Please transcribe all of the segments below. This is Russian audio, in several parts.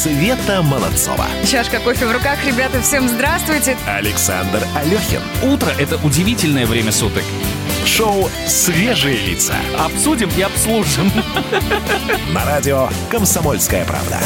Света Молодцова. Чашка кофе в руках. Ребята, всем здравствуйте. Александр Алехин. Утро – это удивительное время суток. Шоу «Свежие лица». Обсудим и обслужим. На радио «Комсомольская правда».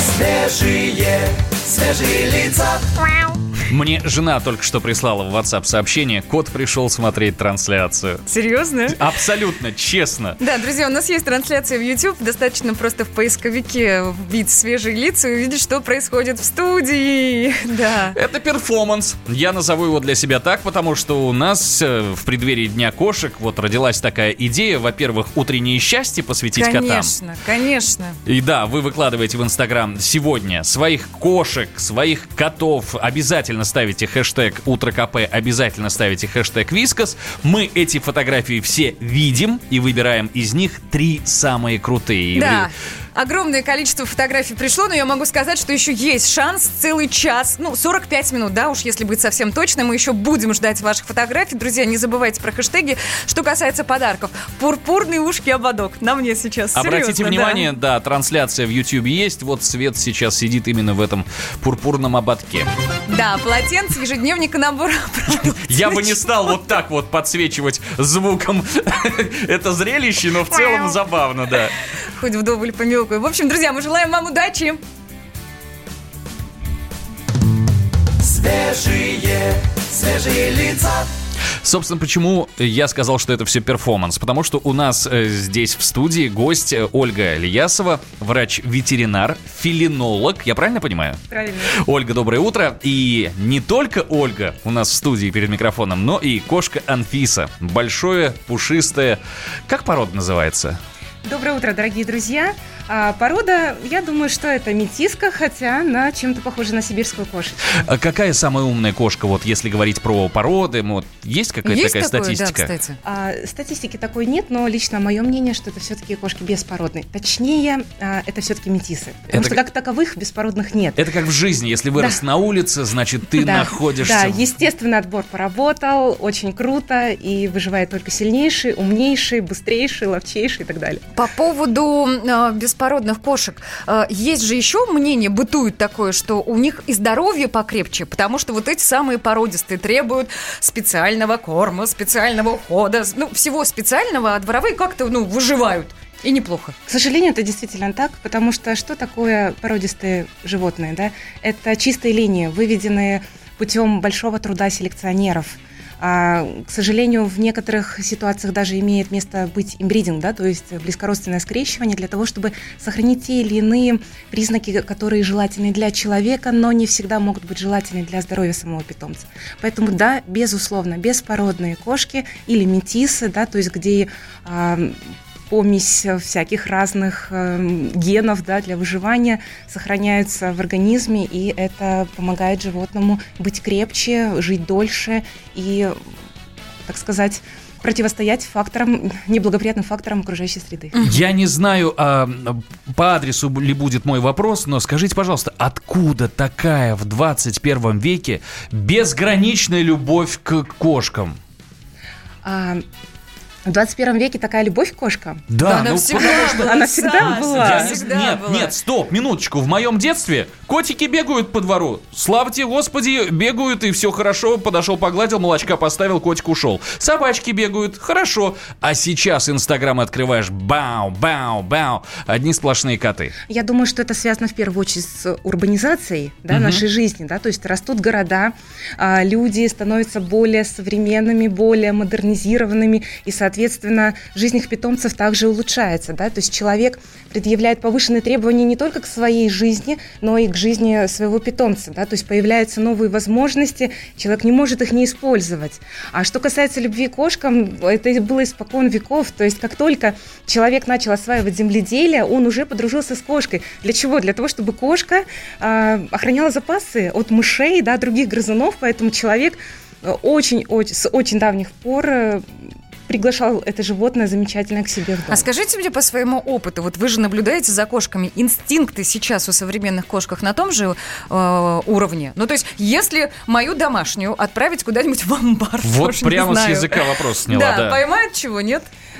Свежие лица. Мне жена только что прислала в WhatsApp сообщение: кот пришел смотреть трансляцию. Серьезно? Абсолютно, честно. Да, друзья, у нас есть трансляция в YouTube. Достаточно просто в поисковике вбить «Свежие лица» и увидеть, что происходит в студии. Да. Это перформанс. Я назову его для себя так, потому что у нас в преддверии Дня кошек вот родилась такая идея. Во-первых, утреннее счастье посвятить котам. Конечно, конечно. И да, вы выкладываете в Инстаграм сегодня своих кошек, своих котов. Обязательно ставите хэштег «Утро КП», обязательно ставите хэштег «Вискас». Мы эти фотографии все видим и выбираем из них 3 самые крутые. Да. Огромное количество фотографий пришло, но я могу сказать, что еще есть шанс целый час, 45 минут, да, уж если быть совсем точным, мы еще будем ждать ваших фотографий. Друзья, не забывайте про хэштеги. Что касается подарков, пурпурный ушки-ободок на мне сейчас, серьезно. Обратите внимание, да, трансляция в YouTube есть, вот Свет сейчас сидит именно в этом пурпурном ободке. Да, полотенце, ежедневник и набор продуктов. Я бы не стал вот так вот подсвечивать звуком это зрелище, но в целом забавно, да. Хоть вдоволь помелкую. В общем, друзья, мы желаем вам удачи. Свежие лица. Собственно, почему я сказал, что это все перформанс? Потому что у нас здесь в студии гость Ольга Ильясова, врач-ветеринар, фелинолог. Я правильно понимаю? Правильно. Ольга, доброе утро. И не только Ольга у нас в студии перед микрофоном, но и кошка Анфиса. Большое, пушистое. Как порода называется? Доброе утро, дорогие друзья. Порода, я думаю, что это метиска, хотя она чем-то похожа на сибирскую кошечку. А какая самая умная кошка, вот если говорить про породы? Вот, есть какая-то такая статистика? Да, кстати. Статистики такой нет, но лично мое мнение, что это все-таки кошки беспородные. Точнее, это все-таки метисы. Потому что как таковых беспородных нет. Это как в жизни. Если вырос на улице, значит, ты находишься... Да, естественный отбор поработал, очень круто, и выживает только сильнейший, умнейший, быстрейший, ловчейший и так далее. По поводу беспородных кошек, есть же еще мнение, бытует такое, что у них и здоровье покрепче, потому что вот эти самые породистые требуют специального корма, специального ухода, всего специального, а дворовые как-то, выживают. И неплохо. К сожалению, это действительно так, потому что что такое породистые животные? Да? Это чистые линии, выведенные путем большого труда селекционеров. К сожалению, в некоторых ситуациях даже имеет место быть имбридинг, да, то есть близкородственное скрещивание для того, чтобы сохранить те или иные признаки, которые желательны для человека, но не всегда могут быть желательны для здоровья самого питомца. Поэтому, да, безусловно, беспородные кошки или метисы, да, то есть где помесь всяких разных генов, да, для выживания сохраняются в организме, и это помогает животному быть крепче, жить дольше и, так сказать, противостоять неблагоприятным факторам окружающей среды. Я не знаю, по адресу ли будет мой вопрос, но скажите, пожалуйста, откуда такая в 21 веке безграничная любовь к кошкам? В 21 веке такая любовь к кошкам? Да, она всегда была. Нет, стоп, минуточку. В моем детстве котики бегают по двору. Слава тебе, Господи, бегают, и все хорошо. Подошел, погладил, молочка поставил, котик ушел. Собачки бегают, хорошо. А сейчас Инстаграм открываешь, бау, бау, бау. Одни сплошные коты. Я думаю, что это связано в первую очередь с урбанизацией, да, нашей жизни. Да? То есть растут города, люди становятся более современными, более модернизированными, и, соответственно, жизнь их питомцев также улучшается. Да? То есть человек предъявляет повышенные требования не только к своей жизни, но и к жизни своего питомца. Да? То есть появляются новые возможности, человек не может их не использовать. А что касается любви к кошкам, это было испокон веков. То есть как только человек начал осваивать земледелие, он уже подружился с кошкой. Для чего? Для того, чтобы кошка охраняла запасы от мышей, да, других грызунов. Поэтому человек с очень давних пор приглашал это животное замечательное к себе в дом. А скажите мне по своему опыту, вот вы же наблюдаете за кошками, инстинкты сейчас у современных кошках на том же уровне? Ну, то есть, если мою домашнюю отправить куда-нибудь в амбар, вот прямо с языка вопрос сняла, да. Поймает чего, нет?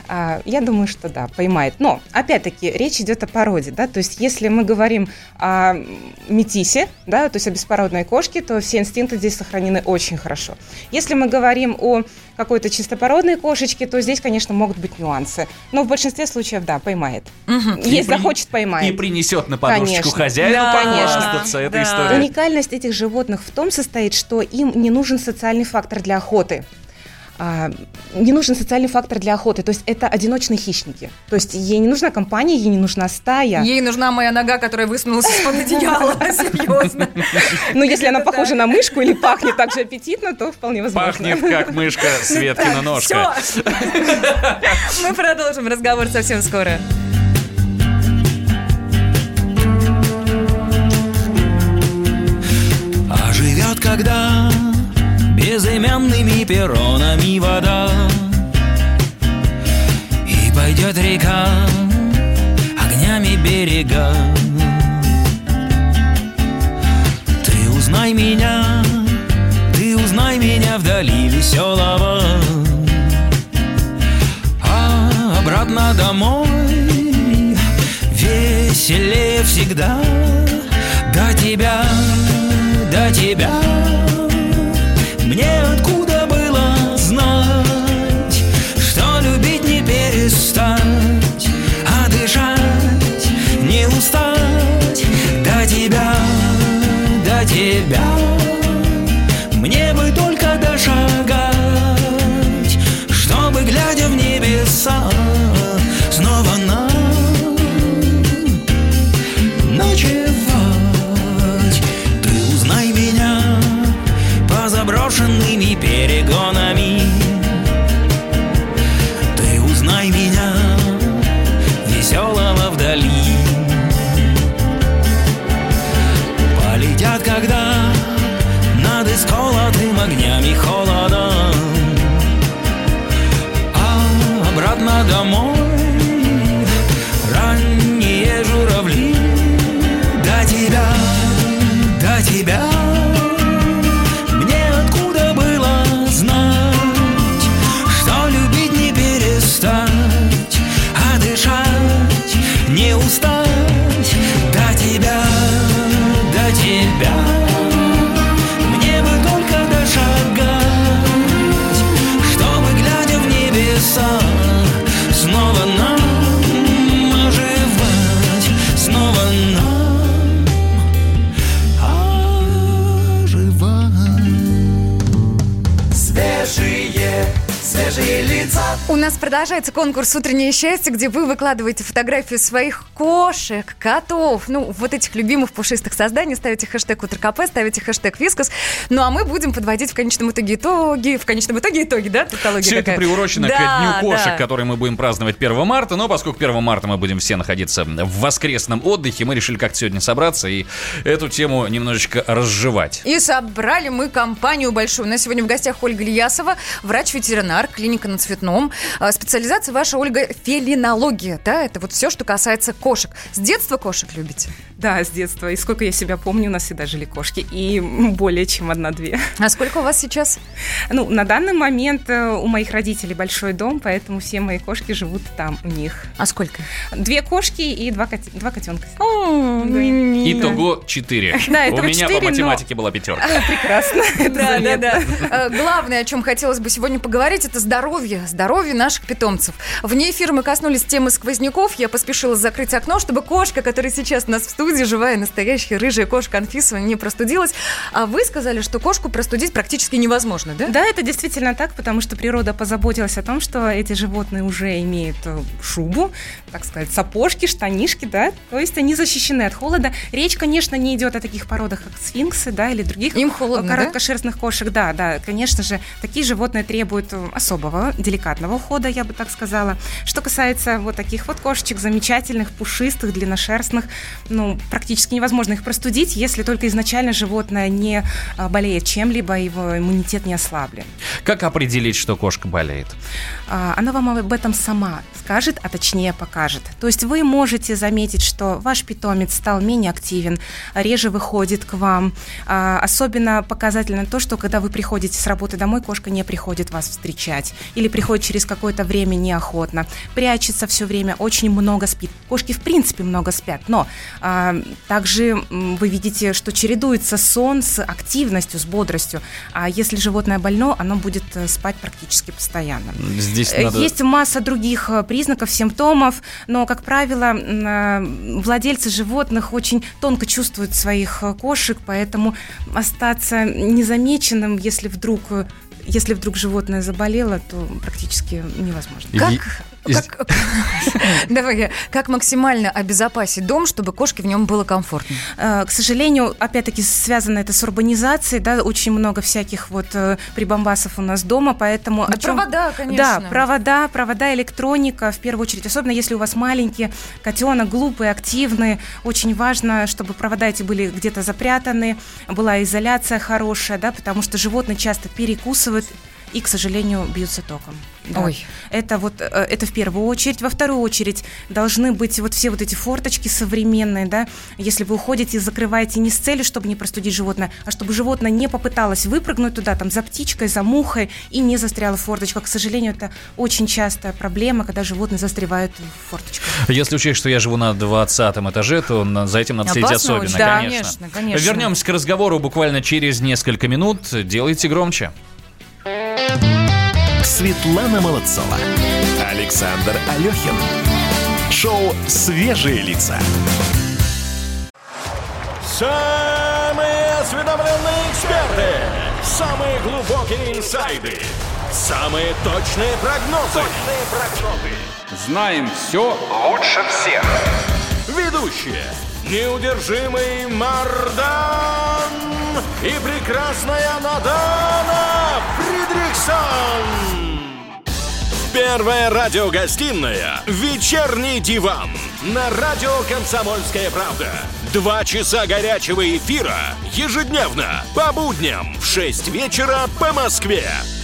Я думаю, что да, поймает. Но, опять-таки, речь идет о породе, да, то есть если мы говорим о метисе, да, то есть о беспородной кошке, то все инстинкты здесь сохранены очень хорошо. Если мы говорим о какой-то чистопородной кошечке, то здесь, конечно, могут быть нюансы. Но в большинстве случаев, да, поймает. Если захочет, поймает. И принесет на подушечку Конечно. хозяину Да, похвастаться. Это история. Уникальность этих животных в том состоит, что им не нужен социальный фактор для охоты. Не нужен социальный фактор для охоты, то есть это одиночные хищники. То есть ей не нужна компания, ей не нужна стая. Ей нужна моя нога, которая высунулась из-под одеяла, серьезно. Но если она похожа на мышку или пахнет так же аппетитно, то вполне возможно. Пахнет как мышка Светкина ножка. Все. Мы продолжим разговор совсем скоро. А живет когда безымянными перронами вода, и пойдет река огнями берега. Ты узнай меня вдали веселого, а обратно домой веселее всегда. До тебя мне откуда было знать, что любить не перестать, а дышать не устать. До тебя мне бы только дошагать, чтобы, глядя в небеса, снова ночевать. Ты узнай меня по заброшенными перегонами, ты узнай меня веселого вдали. Полетят когда над исколотым огнями холодом, а обратно домой ранние журавли. До тебя мне откуда было знать, что любить не перестать, а дышать не устать. До тебя мне бы только дошагать, чтобы, глядя в небеса, снова нам оживать, снова нам оживать. Свежие лица. У нас продолжается конкурс «Утреннее счастье», где вы выкладываете фотографии своих кошек, котов, вот этих любимых пушистых созданий, ставите хэштег #УтрКП, ставите хэштег #Вискас. Ну, а мы будем подводить в конечном итоге итоги, да? Тавтология Все такая. это приурочено к Да, Дню кошек, да. который мы будем праздновать 1 марта. Но поскольку 1 марта мы будем все находиться в воскресном отдыхе, мы решили как-то сегодня собраться и эту тему немножечко разжевать. И собрали мы компанию большую. У нас сегодня в гостях Ольга Ильясова, врач-ветеринар, клиника на Цветном. Специализация ваша, Ольга, фелинология, да? Это вот все, что касается кошек. С детства кошек любите? Да, с детства. И сколько я себя помню, у нас всегда жили кошки. И более чем 1-2. А сколько у вас сейчас? На данный момент у моих родителей большой дом, поэтому все мои кошки живут там у них. А сколько? 2 кошки и 2 котенка. Итого 4. Да, У итого меня 4, по математике была 5. Прекрасно. Да. Главное, о чем хотелось бы сегодня поговорить, это здоровье наших питомцев. Вне эфира мы коснулись темы сквозняков. Я поспешила закрыть окно, чтобы кошка, которая сейчас у нас в студии, живая, настоящая рыжая кошка Анфиса, не простудилась. А вы сказали, что кошку простудить практически невозможно, да? Да, это действительно так, потому что природа позаботилась о том, что эти животные уже имеют шубу, так сказать, сапожки, штанишки, да, то есть они защищены от холода. Речь, конечно, не идет о таких породах, как сфинксы, да, или других Им холодно, короткошерстных кошек. Да, конечно же, такие животные требуют особого, деликатного ухода, я бы так сказала. Что касается вот таких вот кошечек, замечательных, пушистых, длинношерстных, практически невозможно их простудить, если только изначально животное не болеет чем-либо, его иммунитет не ослаблен. Как определить, что кошка болеет? Она вам об этом сама скажет, а точнее покажет. То есть вы можете заметить, что ваш питомец стал менее активен, реже выходит к вам. Особенно показательно то, что когда вы приходите с работы домой, кошка не приходит вас встречать. Или приходит через какое-то время неохотно, прячется все время, очень много спит. Кошки в принципе много спят, но также вы видите, что чередуется сон с активностью, с бодростью. А если животное больно, оно будет спать практически постоянно. Здесь надо... Есть масса других признаков, симптомов, но, как правило, владельцы животных очень тонко чувствуют своих кошек, поэтому остаться незамеченным, если вдруг животное заболело, то практически невозможно. Как максимально обезопасить дом, чтобы кошке в нем было комфортно? К сожалению, опять-таки связано это с урбанизацией, да, очень много всяких вот прибамбасов у нас дома, поэтому... Провода, конечно. Да, провода, электроника, в первую очередь, особенно если у вас маленький котенок, глупый, активный, очень важно, чтобы провода эти были где-то запрятаны, была изоляция хорошая, да, потому что животные часто перекусывают и, к сожалению, бьются током. Да. Ой. Это в первую очередь. Во вторую очередь должны быть вот все вот эти форточки современные, да. Если вы уходите и закрываете не с целью, чтобы не простудить животное, а чтобы животное не попыталось выпрыгнуть туда, там, за птичкой, за мухой и не застряло в форточках. К сожалению, это очень частая проблема, когда животные застревают в форточках. Если учесть, что я живу на 20-м этаже, то за этим надо следить особенно, да, конечно. конечно. Вернемся к разговору буквально через несколько минут. Делайте громче. Светлана Молодцова, Александр Алехин. Шоу «Свежие лица». Самые осведомленные эксперты, самые глубокие инсайды, самые точные прогнозы. Знаем все лучше всех. Ведущие: неудержимый Мардан и прекрасная Надана Фридрихсон. Первая радиогостинная «Вечерний диван» на радио «Комсомольская правда». 2 часа горячего эфира ежедневно по будням в 6 вечера по Москве.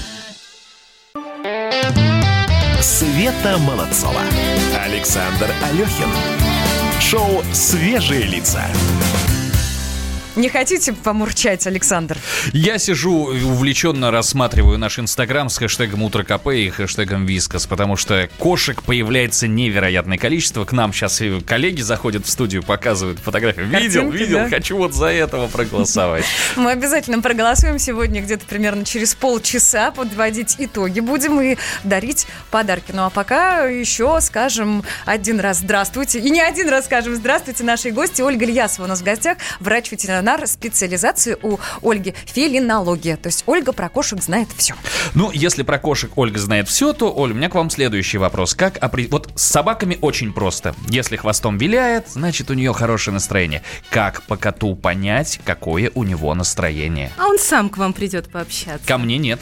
Света Молодцова, Александр Алехин. Шоу «Свежие лица». Не хотите помурчать, Александр? Я сижу и увлеченно рассматриваю наш Инстаграм с хэштегом «Утро КП» и хэштегом «Вискас», потому что кошек появляется невероятное количество. К нам сейчас и коллеги заходят в студию, показывают фотографии. Видел, да? Хочу вот за этого проголосовать. Мы обязательно проголосуем сегодня где-то примерно через полчаса, подводить итоги будем и дарить подарки. Ну а пока еще скажем один раз здравствуйте. И не один раз скажем здравствуйте нашей гости. Ольга Ильясова у нас в гостях, врач-ветеринар, специализации у Ольги фелинология. То есть Ольга про кошек знает все. Ну, если про кошек Ольга знает все, то, Оль, у меня к вам следующий вопрос. Вот с собаками очень просто. Если хвостом виляет, значит, у нее хорошее настроение. Как по коту понять, какое у него настроение? А он сам к вам придет пообщаться. Ко мне нет.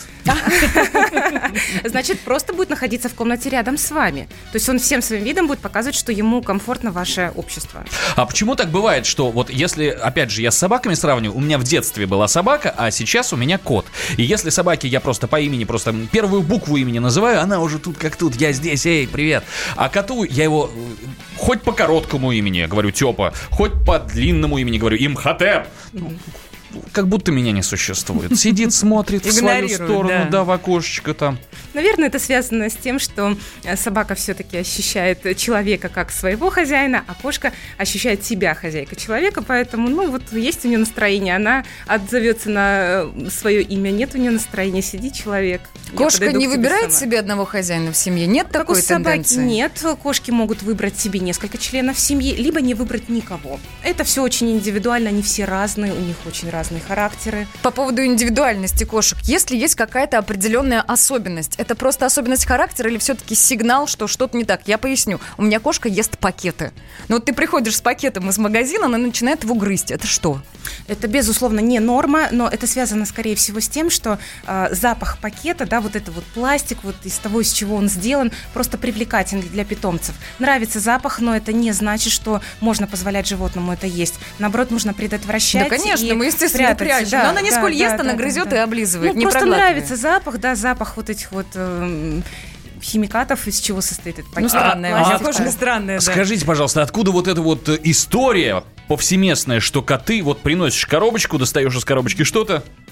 Значит, просто будет находиться в комнате рядом с вами. То есть он всем своим видом будет показывать, что ему комфортно ваше общество. А почему так бывает, что вот если, опять же, я с собаками сравниваю, у меня в детстве была собака, а сейчас у меня кот. И если собаке я просто по имени, просто первую букву имени называю, она уже тут как тут, я здесь, эй, привет. А коту я его хоть по короткому имени говорю Тёпа, хоть по длинному имени говорю Имхотеп. Как будто меня не существует. Сидит, смотрит в свою сторону, да, в окошечко там. Наверное, это связано с тем, что собака все-таки ощущает человека как своего хозяина, а кошка ощущает себя хозяйкой человека, поэтому, вот есть у нее настроение, она отзовется на свое имя, нет у нее настроения, сидит человек. Кошка не выбирает себе одного хозяина в семье? Нет такой тенденции? Нет, кошки могут выбрать себе несколько членов семьи, либо не выбрать никого. Это все очень индивидуально, они все разные, у них очень разные характеры. По поводу индивидуальности кошек, если есть какая-то определенная особенность, это просто особенность характера или все-таки сигнал, что что-то не так? Я поясню. У меня кошка ест пакеты. Но вот ты приходишь с пакетом из магазина, она начинает его грызть. Это что? Это, безусловно, не норма, но это связано, скорее всего, с тем, что запах пакета, да, вот это вот пластик, вот из того, из чего он сделан, просто привлекательный для питомцев. Нравится запах, но это не значит, что можно позволять животному это есть. Наоборот, нужно предотвращать. Да, конечно, мы, естественно, прячем. Да, но она не сколь ест, она грызет и облизывает, не просто нравится запах, да, запах вот этих вот химикатов, из чего состоит этот пакет. Странная, да. Скажите, пожалуйста, откуда вот эта вот история повсеместная, что коты, вот приносишь коробочку, достаешь из коробочки что-то,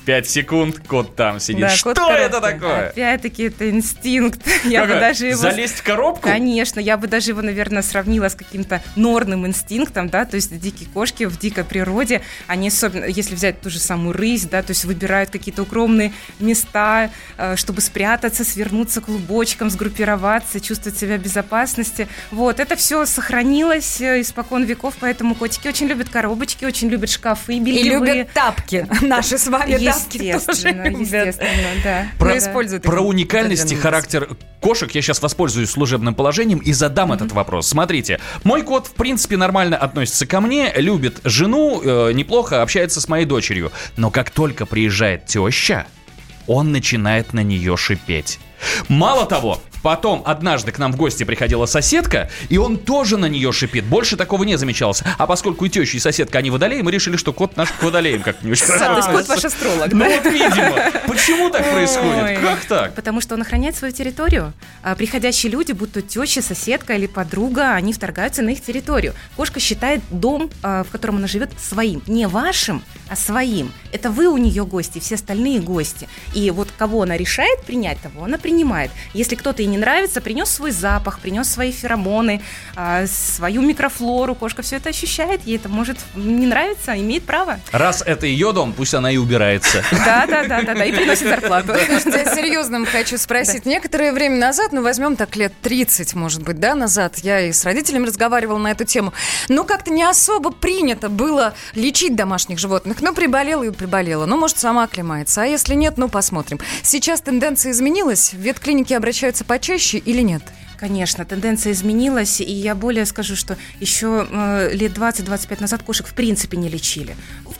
5 секунд, кот там сидит. Да, Что кот в коробке. это такое? Опять-таки это инстинкт. Я бы даже его... Залезть в коробку? Конечно, я бы даже его, наверное, сравнила с каким-то норным инстинктом, да, то есть дикие кошки в дикой природе, они особенно, если взять ту же самую рысь, да, то есть выбирают какие-то укромные места, чтобы спрятаться, свернуться клубочком, сгруппироваться, чувствовать себя в безопасности. Вот, это все сохранилось испокон веков, поэтому котики очень любят коробочки, очень любят шкафы бельевые. И любят тапки. Наши с вами тапки тоже Естественно, да. Про уникальность и характер кошек я сейчас воспользуюсь служебным положением и задам этот вопрос. Смотрите, мой кот в принципе нормально относится ко мне, любит жену, неплохо общается с моей дочерью. Но как только приезжает теща, он начинает на нее шипеть. Мало того, потом однажды к нам в гости приходила соседка, и он тоже на нее шипит. Больше такого не замечалось. А поскольку и теща, и соседка, они водолеи, мы решили, что кот наш к водолеям как-то не очень То есть кот ваш астролог, Ну да? вот, видимо. Почему так происходит? Ой. Как так? Потому что он охраняет свою территорию. А приходящие люди, будь то теща, соседка или подруга, они вторгаются на их территорию. Кошка считает дом, в котором она живет, своим. Не вашим, а своим. Это вы у нее гости, все остальные гости. И вот кого она решает принять, того она принимает. Если кто-то ей не нравится, принес свой запах, принес свои феромоны, свою микрофлору, кошка все это ощущает, ей это может не нравиться, имеет право. Раз это ее дом, пусть она и убирается. Да, и приносит зарплату. Слушайте, я серьезным хочу спросить. Некоторое время назад, возьмем так лет 30, может быть, да, назад, я и с родителями разговаривала на эту тему, но как-то не особо принято было лечить домашних животных. Приболела и приболела. Может, сама оклемается. А если нет, посмотрим. Сейчас тенденция изменилась? В ветклинике обращаются почаще или нет? Конечно, тенденция изменилась, и я более скажу, что еще лет 20-25 назад кошек в принципе не лечили.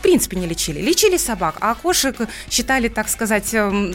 Лечили собак, а кошек считали, так сказать...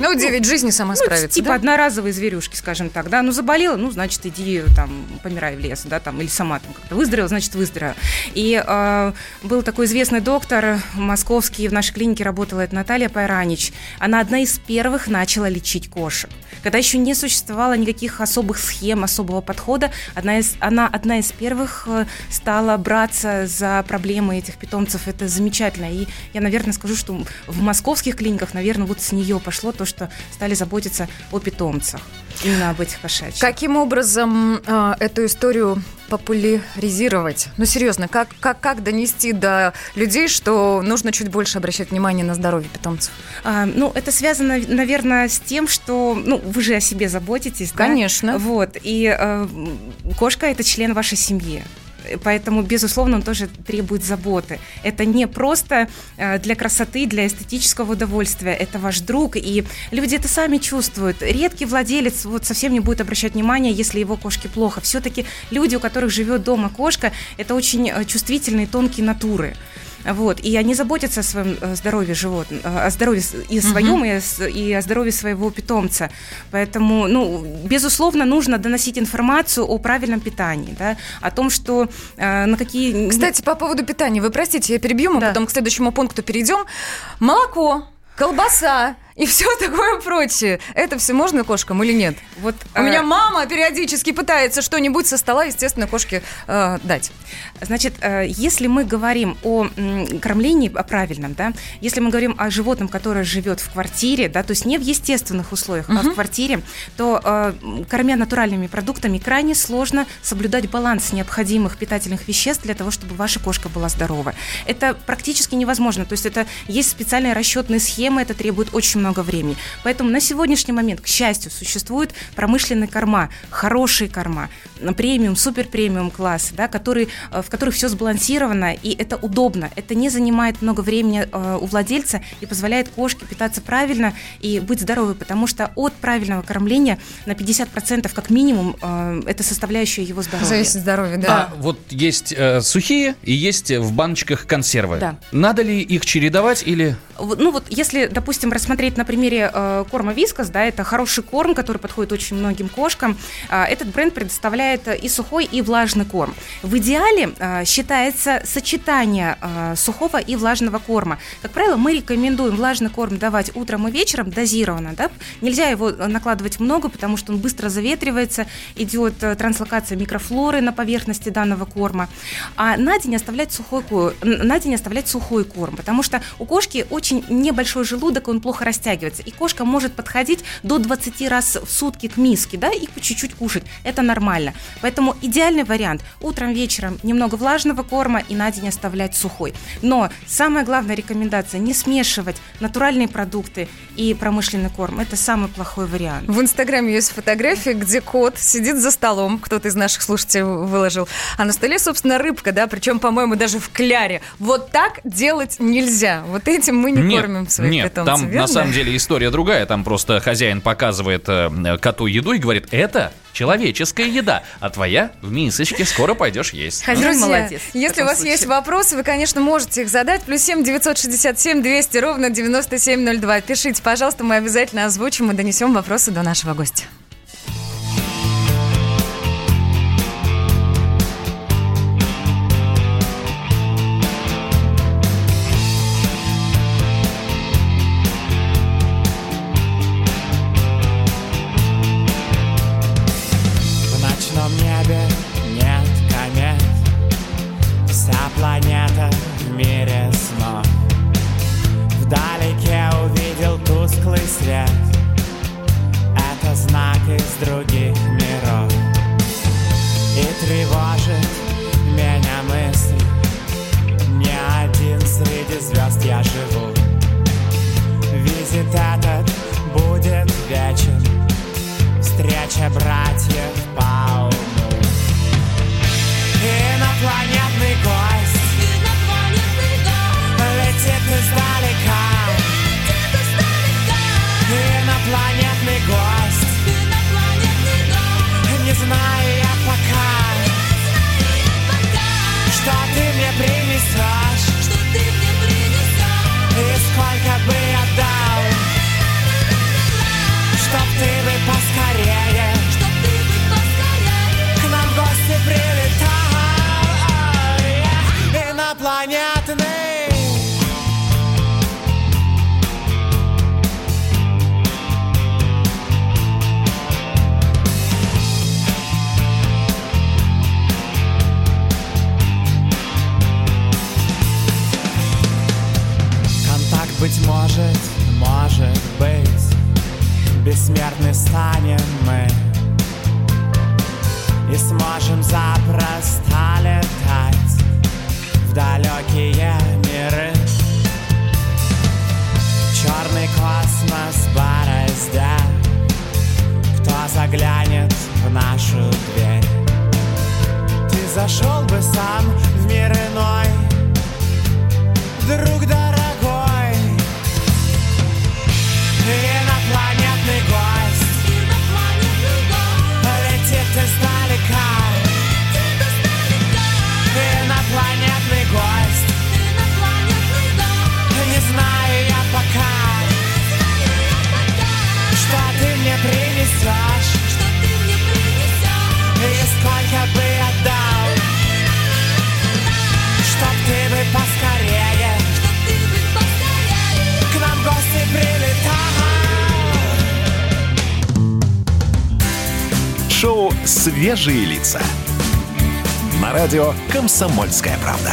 9 жизней сама справится, типа да? одноразовые зверюшки, скажем так, да. Заболела, значит, иди помирай в лес, да, или сама как-то выздоровела, значит, выздоровела. И был такой известный доктор московский, в нашей клинике работала, это Наталья Пайранич. Она одна из первых начала лечить кошек. Когда еще не существовало никаких особых схем, особого подхода, она одна из первых стала браться за проблемы этих питомцев. Это замечательно. И я, наверное, скажу, что в московских клиниках, наверное, вот с нее пошло то, что стали заботиться о питомцах. Именно об этих кошачьих. Каким образом эту историю популяризировать? Серьезно, как донести до людей, что нужно чуть больше обращать внимание на здоровье питомцев? Это связано, наверное, с тем, что вы же о себе заботитесь. Конечно. Да? Вот. И кошка – это член вашей семьи. Поэтому, безусловно, он тоже требует заботы. Это не просто для красоты, для эстетического удовольствия. Это ваш друг, и люди это сами чувствуют. Редкий владелец совсем не будет обращать внимание, если его кошке плохо. Все-таки люди, у которых живет дома кошка, это очень чувствительные, тонкие натуры. Вот, и они заботятся о своем здоровье животных, о здоровье и своем, и о здоровье своего питомца. Поэтому, безусловно, нужно доносить информацию о правильном питании, да, о том, что на какие... Кстати, по поводу питания, вы простите, я перебью, мы потом к следующему пункту перейдем. Молоко, колбаса и все такое прочее. Это все можно кошкам или нет? У меня мама периодически пытается что-нибудь со стола, естественно, кошке дать. Значит, если мы говорим о кормлении, о правильном, да, если мы говорим о животном, которое живет в квартире, да, то есть не в естественных условиях, а в квартире, то, кормя натуральными продуктами, крайне сложно соблюдать баланс необходимых питательных веществ для того, чтобы ваша кошка была здорова. Это практически невозможно. То есть есть специальные расчетные схемы, это требует очень много времени. Поэтому на сегодняшний момент, к счастью, существуют промышленные корма, хорошие корма, премиум, супер-премиум классы, да, в которых все сбалансировано, и это удобно. Это не занимает много времени у владельца и позволяет кошке питаться правильно и быть здоровой, потому что от правильного кормления на 50% как минимум это составляющая его здоровья. Зависит здоровье, да. Вот есть сухие и есть в баночках консервы. Да. Надо ли их чередовать или... Если, допустим, рассмотреть на примере корма Вискас, да, это хороший корм, который подходит очень многим кошкам. Этот бренд предоставляет и сухой, и влажный корм. В идеале считается сочетание сухого и влажного корма. Как правило, мы рекомендуем влажный корм давать утром и вечером дозированно. Да? Нельзя его накладывать много, потому что он быстро заветривается, идет транслокация микрофлоры на поверхности данного корма. А на день оставлять сухой корм, потому что у кошки очень очень небольшой желудок, он плохо растягивается. И кошка может подходить до 20 раз в сутки к миске, да, и по чуть-чуть кушать. Это нормально. Поэтому идеальный вариант – утром, вечером немного влажного корма и на день оставлять сухой. Но самая главная рекомендация – не смешивать натуральные продукты и промышленный корм. Это самый плохой вариант. В Инстаграме есть фотография, где кот сидит за столом, кто-то из наших слушателей выложил, а на столе, собственно, рыбка, да, причем, по-моему, даже в кляре. Вот так делать нельзя. Вот этим мы не кормим своих питомцев. Там верно? на самом деле история другая. Там просто хозяин показывает коту еду и говорит: это человеческая еда, а твоя в мисочке, скоро пойдешь есть. Друзья, молодец. если у вас есть вопросы, вы, конечно, можете их задать. +7 967 200 ровно 9702. Пишите, пожалуйста, мы обязательно озвучим и донесем вопросы до нашего гостя. В ночном небе нет комет, вся планета в мире снов. Вдалеке увидел тусклый свет, это знак из других миров. И тревожит меня мысль, не один среди звезд я живу. Визит этот будет вечен, встреча братьев по уму. Инопланетный гость летит издалека. Инопланетный гость, не знаю я пока, что ты мне принесешь и сколько бы я дал, чтоб ты бы поскорее к нам в гости прилетал. Инопланетный. Контакт, быть может быть, бессмертны станем мы и сможем запросто летать в далекие миры. Черный космос бороздя, кто заглянет в нашу дверь? Ты зашел бы сам в мир иной, друг дорогой. Инопланетный гость летит издалека. Инопланетный гость, не знаю я пока, что ты мне принесешь и сколько бы я дал, чтоб ты бы поскорее к нам в гости прилетал. Шоу «Свежие лица». На радио «Комсомольская правда».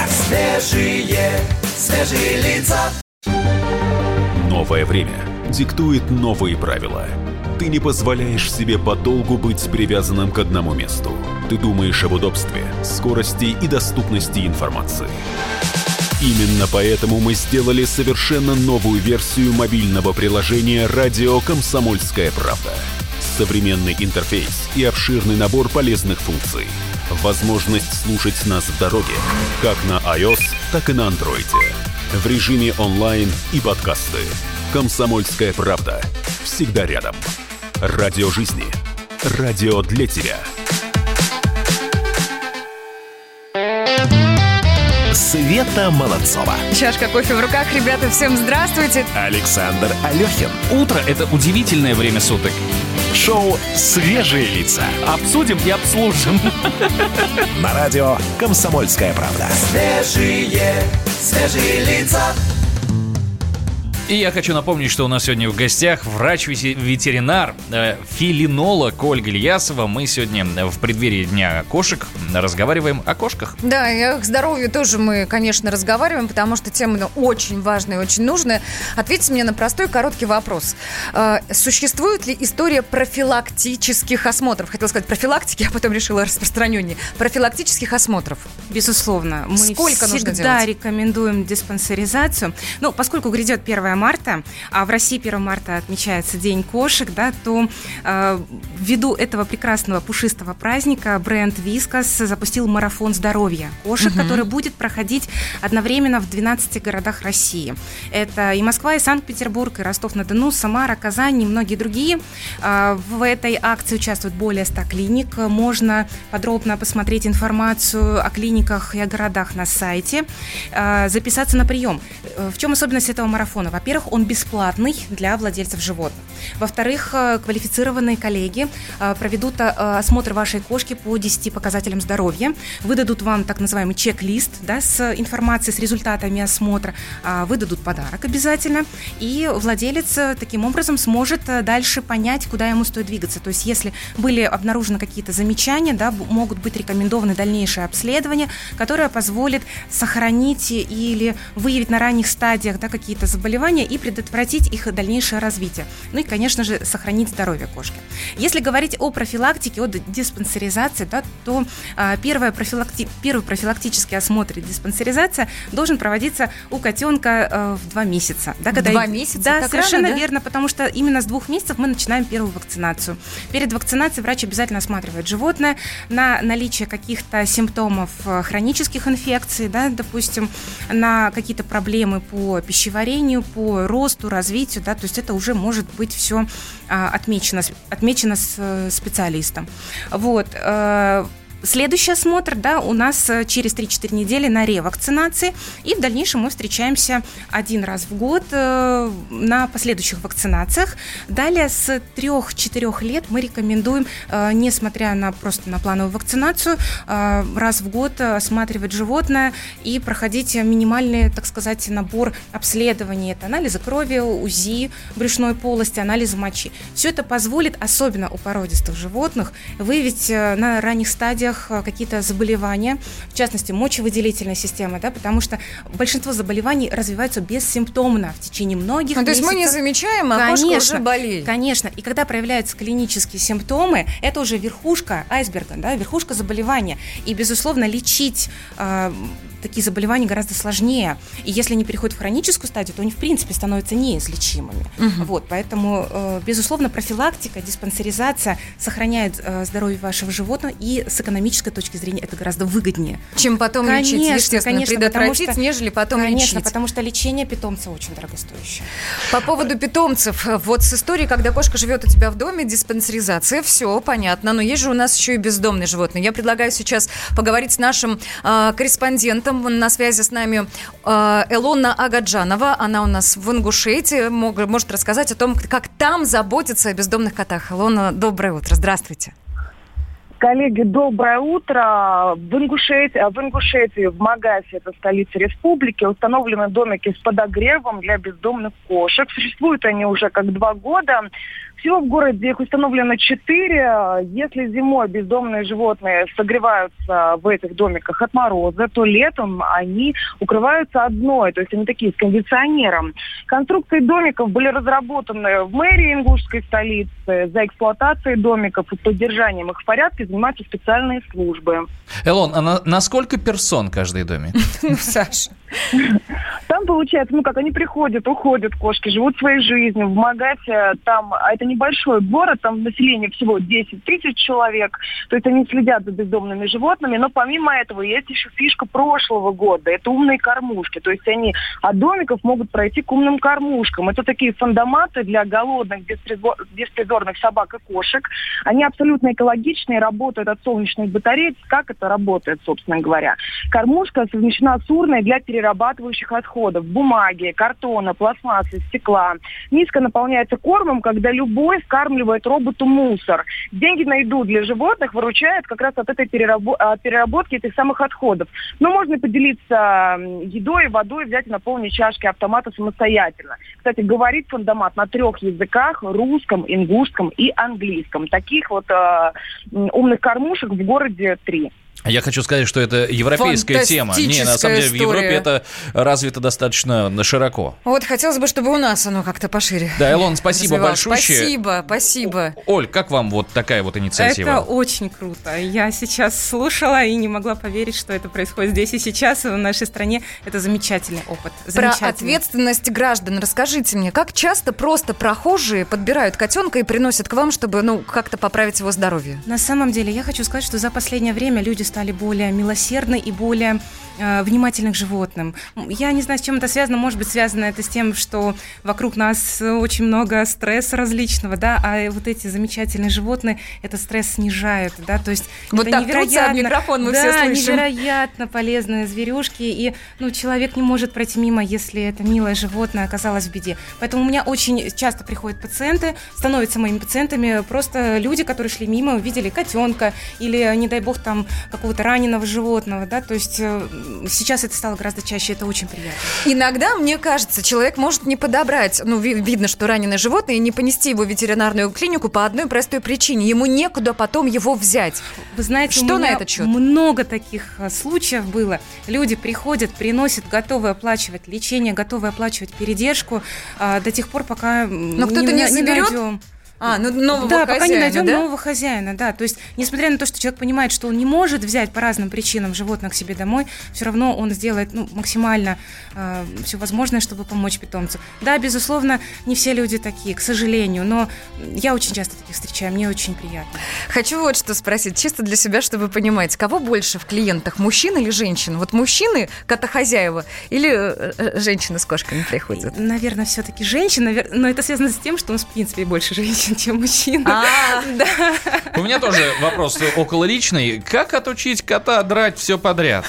Свежие лица. Новое время диктует новые правила. Ты не позволяешь себе подолгу быть привязанным к одному месту. Ты думаешь об удобстве, скорости и доступности информации. Именно поэтому мы сделали совершенно новую версию мобильного приложения «Радио Комсомольская правда». Современный интерфейс и обширный набор полезных функций. Возможность слушать нас в дороге, как на iOS, так и на Android. В режиме онлайн и подкасты. «Комсомольская правда». Всегда рядом. Радио жизни. Радио для тебя. Света Молодцова. Чашка кофе в руках. Ребята, всем здравствуйте. Александр Алехин. Утро – это удивительное время суток. Шоу «Свежие лица». Обсудим и обслужим. На радио «Комсомольская правда». Свежие лица. И я хочу напомнить, что у нас сегодня в гостях врач-ветеринар, фелинолог Ольга Ильясова. Мы сегодня в преддверии Дня кошек разговариваем о кошках. Да, и о здоровье тоже мы, конечно, разговариваем, потому что тема очень важная и очень нужная. Ответьте мне на простой короткий вопрос. Существует ли история профилактических осмотров? Хотела сказать профилактики, а потом решила распространеннее. Профилактических осмотров. Безусловно. Мы Сколько нужно всегда делать? рекомендуем диспансеризацию. Ну, поскольку грядет 1 марта, а в России 1 марта отмечается День кошек, да, то ввиду этого прекрасного пушистого праздника бренд Вискас запустил марафон здоровья кошек, который будет проходить одновременно в 12 городах России. Это и Москва, и Санкт-Петербург, и Ростов-на-Дону, Самара, Казань и многие другие. В этой акции участвует более 100 клиник. Можно подробно посмотреть информацию о клиниках и о городах на сайте, записаться на прием. В чем особенность этого марафона? Во-первых, он бесплатный для владельцев животных. Во-вторых, квалифицированные коллеги проведут осмотр вашей кошки по 10 показателям здоровья, выдадут вам так называемый чек-лист, да, с информацией, с результатами осмотра, выдадут подарок обязательно, и владелец таким образом сможет дальше понять, куда ему стоит двигаться. То есть, если были обнаружены какие-то замечания, да, могут быть рекомендованы дальнейшие обследования, которое позволит сохранить или выявить на ранних стадиях, да, какие-то заболевания и предотвратить их дальнейшее развитие. Ну и, конечно же, сохранить здоровье кошки. Если говорить о профилактике, о диспансеризации, да, то первый профилактический осмотр и диспансеризация должен проводиться у котенка в 2 месяца. Да, когда 2 месяца? Да, так совершенно рано, да? верно, потому что именно с 2 месяцев мы начинаем первую вакцинацию. Перед вакцинацией врач обязательно осматривает животное на наличие каких-то симптомов хронических инфекций, да, допустим, на какие-то проблемы по пищеварению, по росту, развитию, да, то есть это уже может быть все отмечено специалистом. Вот. Следующий осмотр, да, у нас через 3-4 недели на ревакцинации, и в дальнейшем мы встречаемся 1 раз в год на последующих вакцинациях. Далее с 3-4 лет мы рекомендуем, несмотря на просто на плановую вакцинацию, раз в год осматривать животное и проходить минимальный, так сказать, набор обследований. Это анализы крови, УЗИ брюшной полости, анализы мочи. Все это позволит, особенно у породистых животных, выявить на ранних стадиях какие-то заболевания, в частности, мочевыделительной системы, да, потому что большинство заболеваний развиваются бессимптомно в течение многих месяцев. То есть мы не замечаем, а кошка уже болеет. Конечно. И когда проявляются клинические симптомы, это уже верхушка айсберга, да, верхушка заболевания. И, безусловно, лечить такие заболевания гораздо сложнее. И если они переходят в хроническую стадию, то они, в принципе, становятся неизлечимыми. Вот, поэтому, безусловно, профилактика, диспансеризация сохраняет здоровье вашего животного, и с экономической точки зрения это гораздо выгоднее. Чем потом лечить, естественно, предотвратить, нежели потом лечить. Конечно, потому что лечение питомца очень дорогостоящее. По поводу питомцев, вот с историей, когда кошка живет у тебя в доме, диспансеризация, все понятно, но есть же у нас еще и бездомные животные. Я предлагаю сейчас поговорить с нашим корреспондентом. На связи с нами Элона Агаджанова. Она у нас в Ингушетии. Может рассказать о том, как там заботятся о бездомных котах. Элона, доброе утро. Здравствуйте. Коллеги, доброе утро. В Ингушетии, в Магасе, это столица республики, установлены домики с подогревом для бездомных кошек. Существуют они уже как 2 года. Всего в городе их установлено 4. Если зимой бездомные животные согреваются в этих домиках от мороза, то летом они укрываются одной, то есть они такие с кондиционером. Конструкции домиков были разработаны в мэрии ингушской столицы. За эксплуатацией домиков и поддержанием их в порядке занимаются специальные службы. Элон, а на сколько персон каждый домик? Саша. Там получается, они приходят, уходят кошки, живут своей жизнью. В Магасе там, это небольшой город, там население всего 10 тысяч человек, то есть они следят за бездомными животными, но помимо этого есть еще фишка прошлого года, это умные кормушки, то есть они от домиков могут пройти к умным кормушкам. Это такие фандоматы для голодных, беспризорных собак и кошек. Они абсолютно экологичные, работают от солнечных батарей. Как это работает, собственно говоря? Кормушка совмещена с урной для перерабатывающих отходов. отходов, бумаги, картона, пластмассы, стекла. Миска наполняется кормом, когда любой скармливает роботу мусор. Деньги на еду для животных выручают как раз от этой переработки этих самых отходов. Но можно поделиться едой, водой, взять и наполнить чашки автомата самостоятельно. Кстати, говорит фондомат на 3 языках: русском, ингушском и английском. Таких вот умных кормушек в городе 3. Я хочу сказать, что это европейская тема. Не, на самом деле, в Европе это развито достаточно широко. Вот, хотелось бы, чтобы у нас оно как-то пошире. Да, Илон, спасибо большое. Спасибо. Оль, как вам вот такая вот инициатива? Это очень круто. Я сейчас слушала и не могла поверить, что это происходит здесь и сейчас, и в нашей стране. Это замечательный опыт. Про ответственность граждан расскажите мне. Как часто просто прохожие подбирают котенка и приносят к вам, чтобы, как-то поправить его здоровье? На самом деле, я хочу сказать, что за последнее время люди стали более милосердны и более внимательны к животным. Я не знаю, с чем это связано. Может быть, связано это с тем, что вокруг нас очень много стресса различного, да, а вот эти замечательные животные этот стресс снижают, да, то есть вот это так трутся об микрофон, мы все слышим. Невероятно полезные зверюшки, и человек не может пройти мимо, если это милое животное оказалось в беде. Поэтому у меня очень часто приходят пациенты, становятся моими пациентами просто люди, которые шли мимо, увидели котенка или, не дай бог, там какого-то раненого животного, да, то есть сейчас это стало гораздо чаще, это очень приятно. Иногда, мне кажется, человек может не подобрать, видно, что раненое животное, и не понести его в ветеринарную клинику по одной простой причине. Ему некуда потом его взять. Вы знаете, что на этот счет? Много таких случаев было. Люди приходят, приносят, готовы оплачивать лечение, готовы оплачивать передержку до тех пор, пока но кто-то не заберет? Найдем. Нового хозяина, пока не найдем нового хозяина, да. То есть, несмотря на то, что человек понимает, что он не может взять по разным причинам животных к себе домой, все равно он сделает максимально все возможное, чтобы помочь питомцу. Да, безусловно, не все люди такие, к сожалению, но я очень часто таких встречаю, мне очень приятно. Хочу вот что спросить, чисто для себя, чтобы понимать, кого больше в клиентах, мужчин или женщин? Вот мужчины, котохозяева, или женщины с кошками приходят? Наверное, все-таки женщины, но это связано с тем, что у нас, в принципе, больше женщин, чем мужчин. Да. У меня тоже вопрос около личный. Как отучить кота драть все подряд?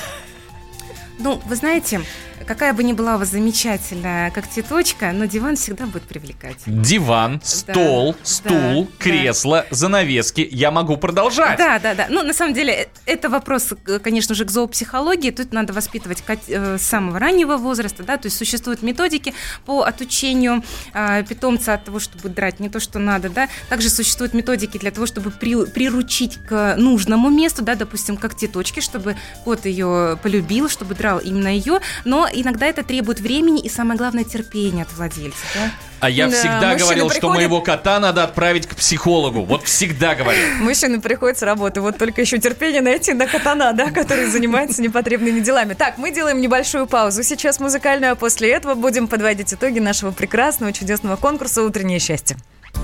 Вы знаете, какая бы ни была у вас замечательная когтеточка, но диван всегда будет привлекать. Диван, стол, стул, кресло, занавески. Я могу продолжать. Да. На самом деле, это вопрос, конечно же, к зоопсихологии. Тут надо воспитывать с самого раннего возраста, да, то есть существуют методики по отучению питомца от того, чтобы драть не то, что надо, да. Также существуют методики для того, чтобы приручить к нужному месту, да, допустим, когтеточки, чтобы кот ее полюбил, чтобы драл именно ее, но иногда это требует времени и, самое главное, терпения от владельца. Да? А я всегда говорил, что моего кота надо отправить к психологу. Вот всегда говорил. Мужчина приходит с работы, вот только еще терпение найти на катана, да, который занимается непотребными делами. Так, мы делаем небольшую паузу сейчас музыкальную, а после этого будем подводить итоги нашего прекрасного, чудесного конкурса «Утреннее счастье».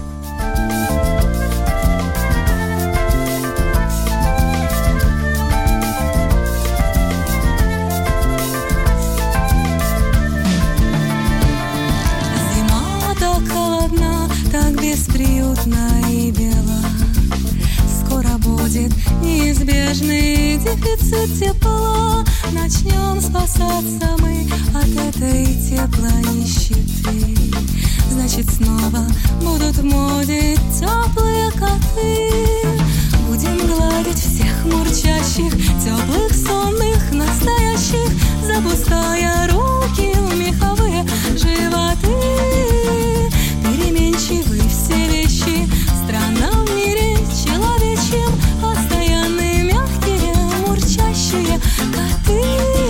Бесприютно и бело. Скоро будет неизбежный дефицит тепла. Начнем спасаться мы от этой теплой нищеты. Значит, снова будут в моде теплые коты. Будем гладить всех мурчащих, теплых, сонных, настоящих, запуская руки в меховые животы. Переменчивы все вещи, странно в мире человечьем, постоянные, мягкие, мурчащие коты.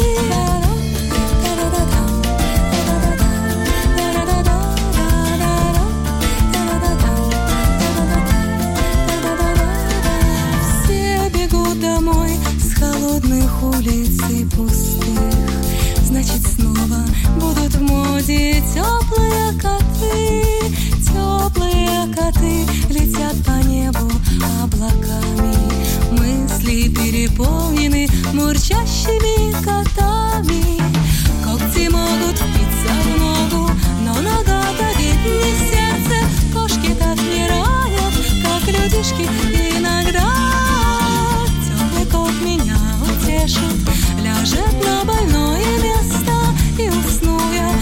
Все бегут домой с холодных улиц и пустых. Значит, снова будут в моде теплые коты. Теплые коты летят по небу облаками. Мысли переполнены мурчащими котами. Когти могут впиться в ногу, но нога-то ведь не в сердце. Кошки так не ранят, как людишки иногда. Теплый кот меня утешит, ляжет на больное место, и усну я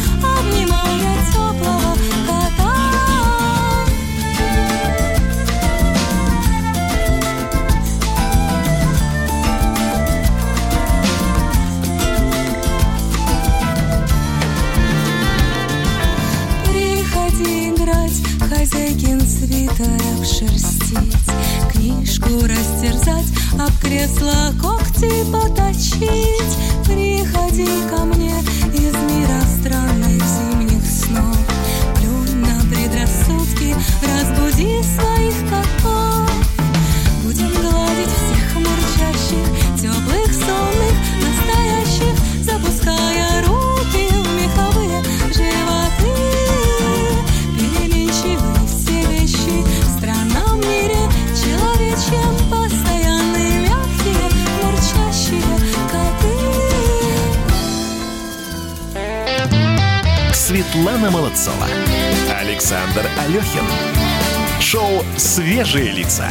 свитер обшерстить, книжку растерзать, об кресло когти поточить. Приходи ко мне из мира странных зимних снов, плюнь на предрассудки, разбуди своих котов. Будем гладить всех мурчащих, теплых, сонных, настоящих, запуская руки в меховые животы. Переменчивы все вещи в странном мире человечьем, постоянные, мягкие, мурчащие коты. Светлана Молодцова, Александр Алехин. Шоу «Свежие лица».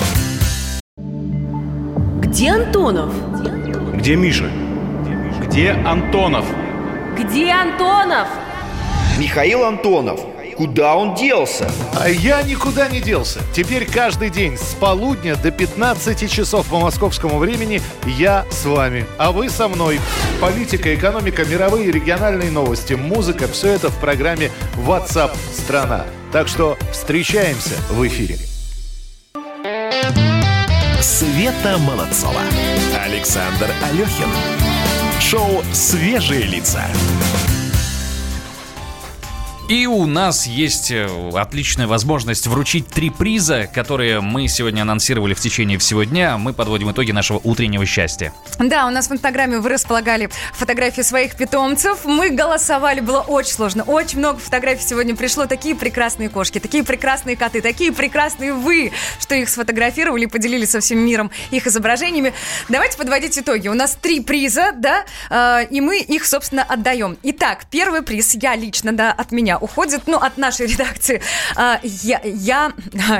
Где Антонов? Где Миша? Где Антонов? Где Антонов? Михаил Антонов. Куда он делся? А я никуда не делся. Теперь каждый день с полудня до 15 часов по московскому времени я с вами, а вы со мной. Политика, экономика, мировые и региональные новости, музыка – все это в программе WhatsApp страна. Так что встречаемся в эфире. Света Молодцова, Александр Алехин. Шоу «Свежие лица». И у нас есть отличная возможность вручить 3 приза, которые мы сегодня анонсировали в течение всего дня. Мы подводим итоги нашего утреннего счастья. Да, у нас в Инстаграме вы располагали фотографии своих питомцев. Мы голосовали, было очень сложно. Очень много фотографий сегодня пришло. Такие прекрасные кошки, такие прекрасные коты, такие прекрасные вы, что их сфотографировали и поделились со всем миром их изображениями. Давайте подводить итоги. У нас 3 приза, да, и мы их, собственно, отдаем. Итак, первый приз я лично, да, от меня уходит, ну, от нашей редакции. Я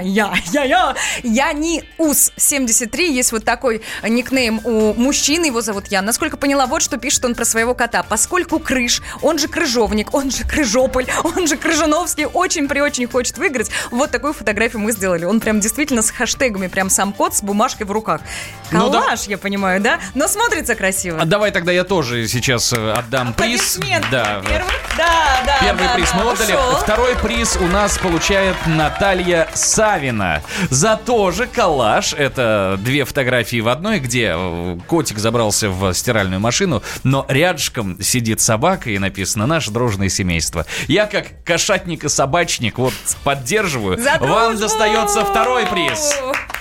не УС-73, есть вот такой никнейм у мужчины, его зовут Ян. Насколько поняла, вот что пишет он про своего кота. Поскольку Крыш, он же Крыжовник, он же Крыжополь, он же Крыжановский, очень-преочень хочет выиграть, вот такую фотографию мы сделали. Он прям действительно с хэштегами, прям сам кот с бумажкой в руках. Коллаж, я понимаю, да? Но смотрится красиво. Давай тогда я тоже сейчас отдам приз. Да. Первый приз мы отдали. Второй приз у нас получает Наталья Савина за тоже коллаж. Это 2 фотографии в одной, где котик забрался в стиральную машину, но рядышком сидит собака и написано «Наше дружное семейство». Я как кошатник и собачник вот поддерживаю. Вам достается 2-й приз.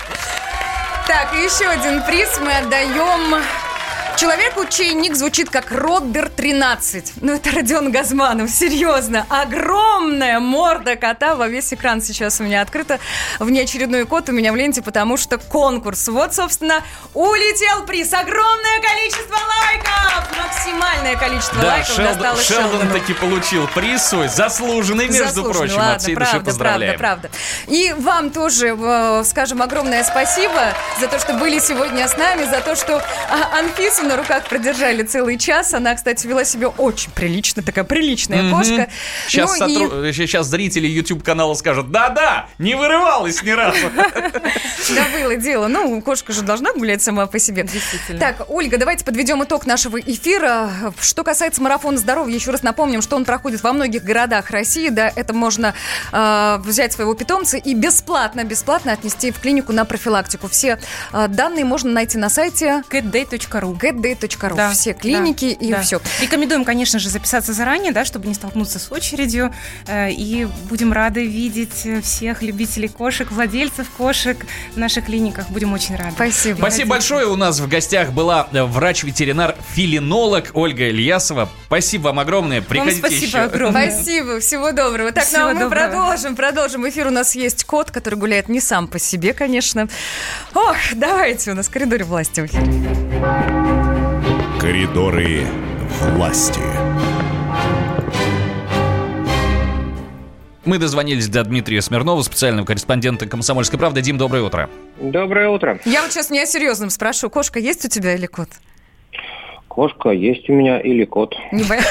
Так, и еще один приз мы отдаем человеку, чей ник звучит как Роддер13. Ну, это Родион Газманов, серьезно. Огромная морда кота во весь экран сейчас у меня открыта. Внеочередной код у меня в ленте, потому что конкурс. Вот, собственно, улетел приз. Огромное количество лайков! Максимальное количество лайков досталось Шелдону. Шелдон таки получил приз свой, заслуженный, между прочим. Ладно, от всей души поздравляем. Правда. И вам тоже, скажем, огромное спасибо за то, что были сегодня с нами, за то, что Анфису на руках продержали целый час. Она, кстати, вела себя очень прилично, такая приличная кошка. Сейчас зрители YouTube-канала скажут: да-да, не вырывалась ни разу. Да, было дело. Ну, кошка же должна гулять сама по себе. Действительно. Так, Ольга, давайте подведем итог нашего эфира. Что касается марафона здоровья, еще раз напомним, что он проходит во многих городах России. Да, это можно взять своего питомца и бесплатно отнести в клинику на профилактику. Все данные можно найти на сайте getday.ru. Да, все клиники и все. Рекомендуем, конечно же, записаться заранее, да, чтобы не столкнуться с очередью. И будем рады видеть всех любителей кошек, владельцев кошек в наших клиниках. Будем очень рады. Спасибо. Спасибо большое. У нас в гостях была врач-ветеринар-филинолог Ольга Ильясова. Спасибо вам огромное. Приходите вам спасибо еще. огромное. Спасибо. Всего доброго. Так, Всего мы продолжим эфир. У нас есть кот, который гуляет не сам по себе, конечно. Ох, давайте, у нас коридоры власти в эфире. Коридоры власти. Мы дозвонились до Дмитрия Смирнова, специального корреспондента «Комсомольской правды». Дим, доброе утро. Доброе утро. Я вот сейчас не о серьезном спрошу. Кошка есть у тебя или кот? Кошка есть у меня или кот. Не боюсь.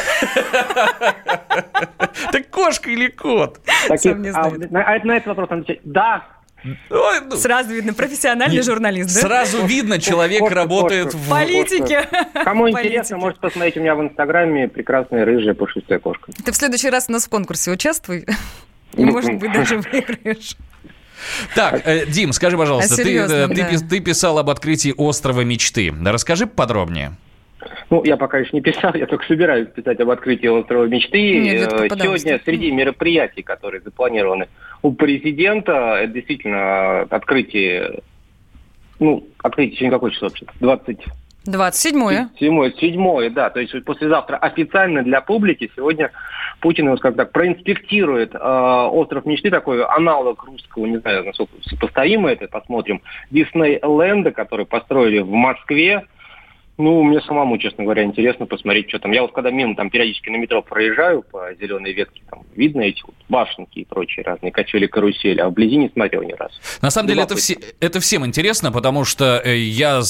Так кошка или кот? На этот вопрос надо отвечать да. Сразу видно, профессиональный журналист, да? Сразу видно, человек работает в политике. Кому интересно, можете посмотреть у меня в Инстаграме прекрасная рыжая пушистая кошка. Ты в следующий раз у нас в конкурсе участвуй, и, может быть, даже выиграешь. Так, Дим, скажи, пожалуйста, ты писал об открытии острова мечты. Расскажи подробнее. Ну, я пока еще не писал, я только собираюсь писать об открытии острова мечты. Сегодня среди мероприятий, которые запланированы у президента, это действительно открытие. Ну, открытие сегодня какое число вообще? 27-е. 7-е, да. То есть послезавтра официально для публики сегодня Путин его, скажем так, проинспектирует остров мечты, такой аналог русского, не знаю, насколько сопоставимо это, посмотрим, Диснейленда, который построили в Москве. Ну, мне самому, честно говоря, интересно посмотреть, что там. Я вот когда мимо там периодически на метро проезжаю по зеленой ветке, там видно эти вот башенки и прочие разные качели, карусели, а вблизи не смотрел ни разу. На самом деле это всем интересно, потому что я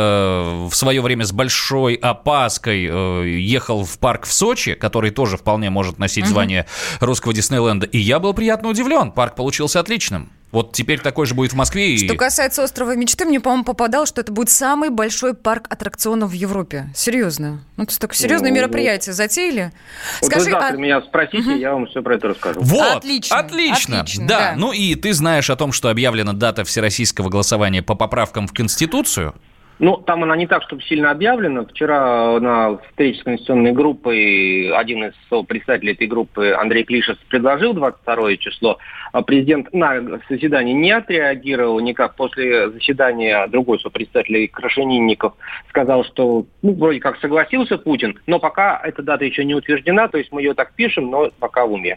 в свое время с большой опаской ехал в парк в Сочи, который тоже вполне может носить звание русского Диснейленда, и я был приятно удивлен. Парк получился отличным. Вот теперь такой же будет в Москве. Что касается острова мечты, мне, по-моему, попадало, что это будет самый большой парк аттракционов в Европе. Серьезно. Ну, то есть такое серьезное мероприятие затеяли. Вот скажи, вы завтра меня спросите, я вам все про это расскажу. Вот, отлично. Да, ну и ты знаешь о том, что объявлена дата всероссийского голосования по поправкам в Конституцию? Ну, там она не так, чтобы сильно объявлена. Вчера на встрече с конституционной группой один из представителей этой группы, Андрей Клишес, предложил 22 число. Президент на заседании не отреагировал никак. После заседания другой сопредседатель Крашенинников сказал, что вроде как согласился Путин, но пока эта дата еще не утверждена, то есть мы ее так пишем, но пока в уме.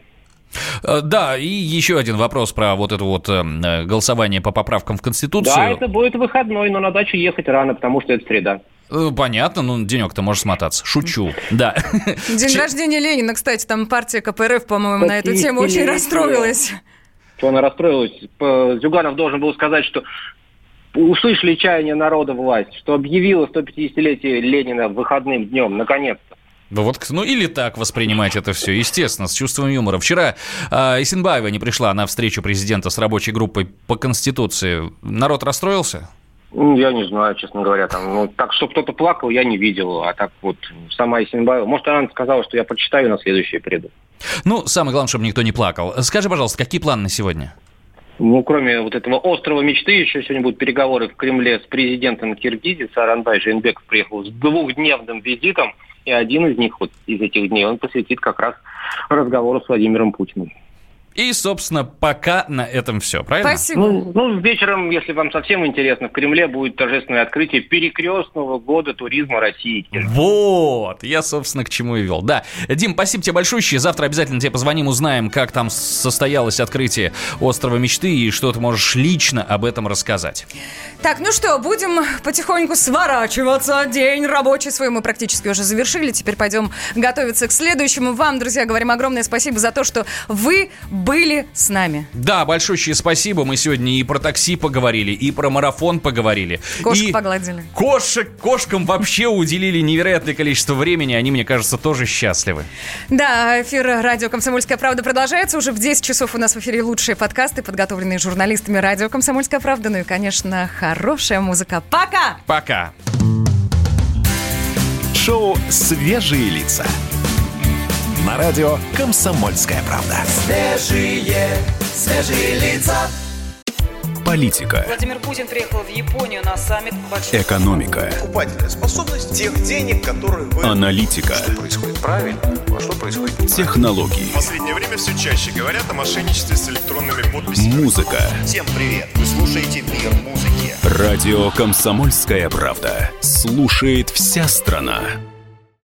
Да, и еще один вопрос про вот это вот голосование по поправкам в Конституцию. Да, это будет выходной, но на дачу ехать рано, потому что это среда. Понятно, ну денек-то можешь смотаться. Шучу, да. День рождения Ленина, кстати, там партия КПРФ, по-моему, на эту тему очень расстроилась. Что она расстроилась? Зюганов должен был сказать, что услышали чаяние народа власть, что объявила 150-летие Ленина выходным днем, наконец-то. Вот, ну или так воспринимать это все, естественно, с чувством юмора. Вчера Исенбаева не пришла на встречу президента с рабочей группой по Конституции. Народ расстроился? Я не знаю, честно говоря. Там, так, что кто-то плакал, я не видел. А так вот, сама Исенбаева. Может, она сказала, что я прочитаю, на следующее приду. Ну, самое главное, чтобы никто не плакал. Скажи, пожалуйста, какие планы на сегодня? Ну, кроме вот этого острова мечты, еще сегодня будут переговоры в Кремле с президентом Киргизии. Сооронбай Жээнбеков приехал с 2-дневным визитом. И один из них, вот из этих дней, он посвятит как раз разговору с Владимиром Путиным. И, собственно, пока на этом все, правильно? Спасибо. Ну, вечером, если вам совсем интересно, в Кремле будет торжественное открытие перекрестного года туризма России. Вот, я, собственно, к чему и вел. Да, Дим, спасибо тебе большое. Завтра обязательно тебе позвоним, узнаем, как там состоялось открытие острова мечты и что ты можешь лично об этом рассказать. Так, ну что, будем потихоньку сворачиваться. День рабочий свой мы практически уже завершили. Теперь пойдем готовиться к следующему. Вам, друзья, говорим огромное спасибо за то, что вы были с нами. Да, большое спасибо. Мы сегодня и про такси поговорили, и про марафон поговорили. Кошек погладили. Кошкам вообще уделили невероятное количество времени. Они, мне кажется, тоже счастливы. Да, эфир радио «Комсомольская правда» продолжается. Уже в 10 часов у нас в эфире лучшие подкасты, подготовленные журналистами радио «Комсомольская правда». Ну и, конечно, хорошая музыка. Пока! Пока! Шоу «Свежие лица». На радио «Комсомольская правда». Свежие лица. Политика. Владимир Путин приехал в Японию на саммит большой. Экономика. Покупательная способность тех денег, которые вы... Аналитика. Что происходит правильно, а что происходит неправильно. Технологии. В последнее время все чаще говорят о мошенничестве с электронными подписями. Музыка. Всем привет. Вы слушаете «Мир музыки». Радио «Комсомольская правда». Слушает вся страна.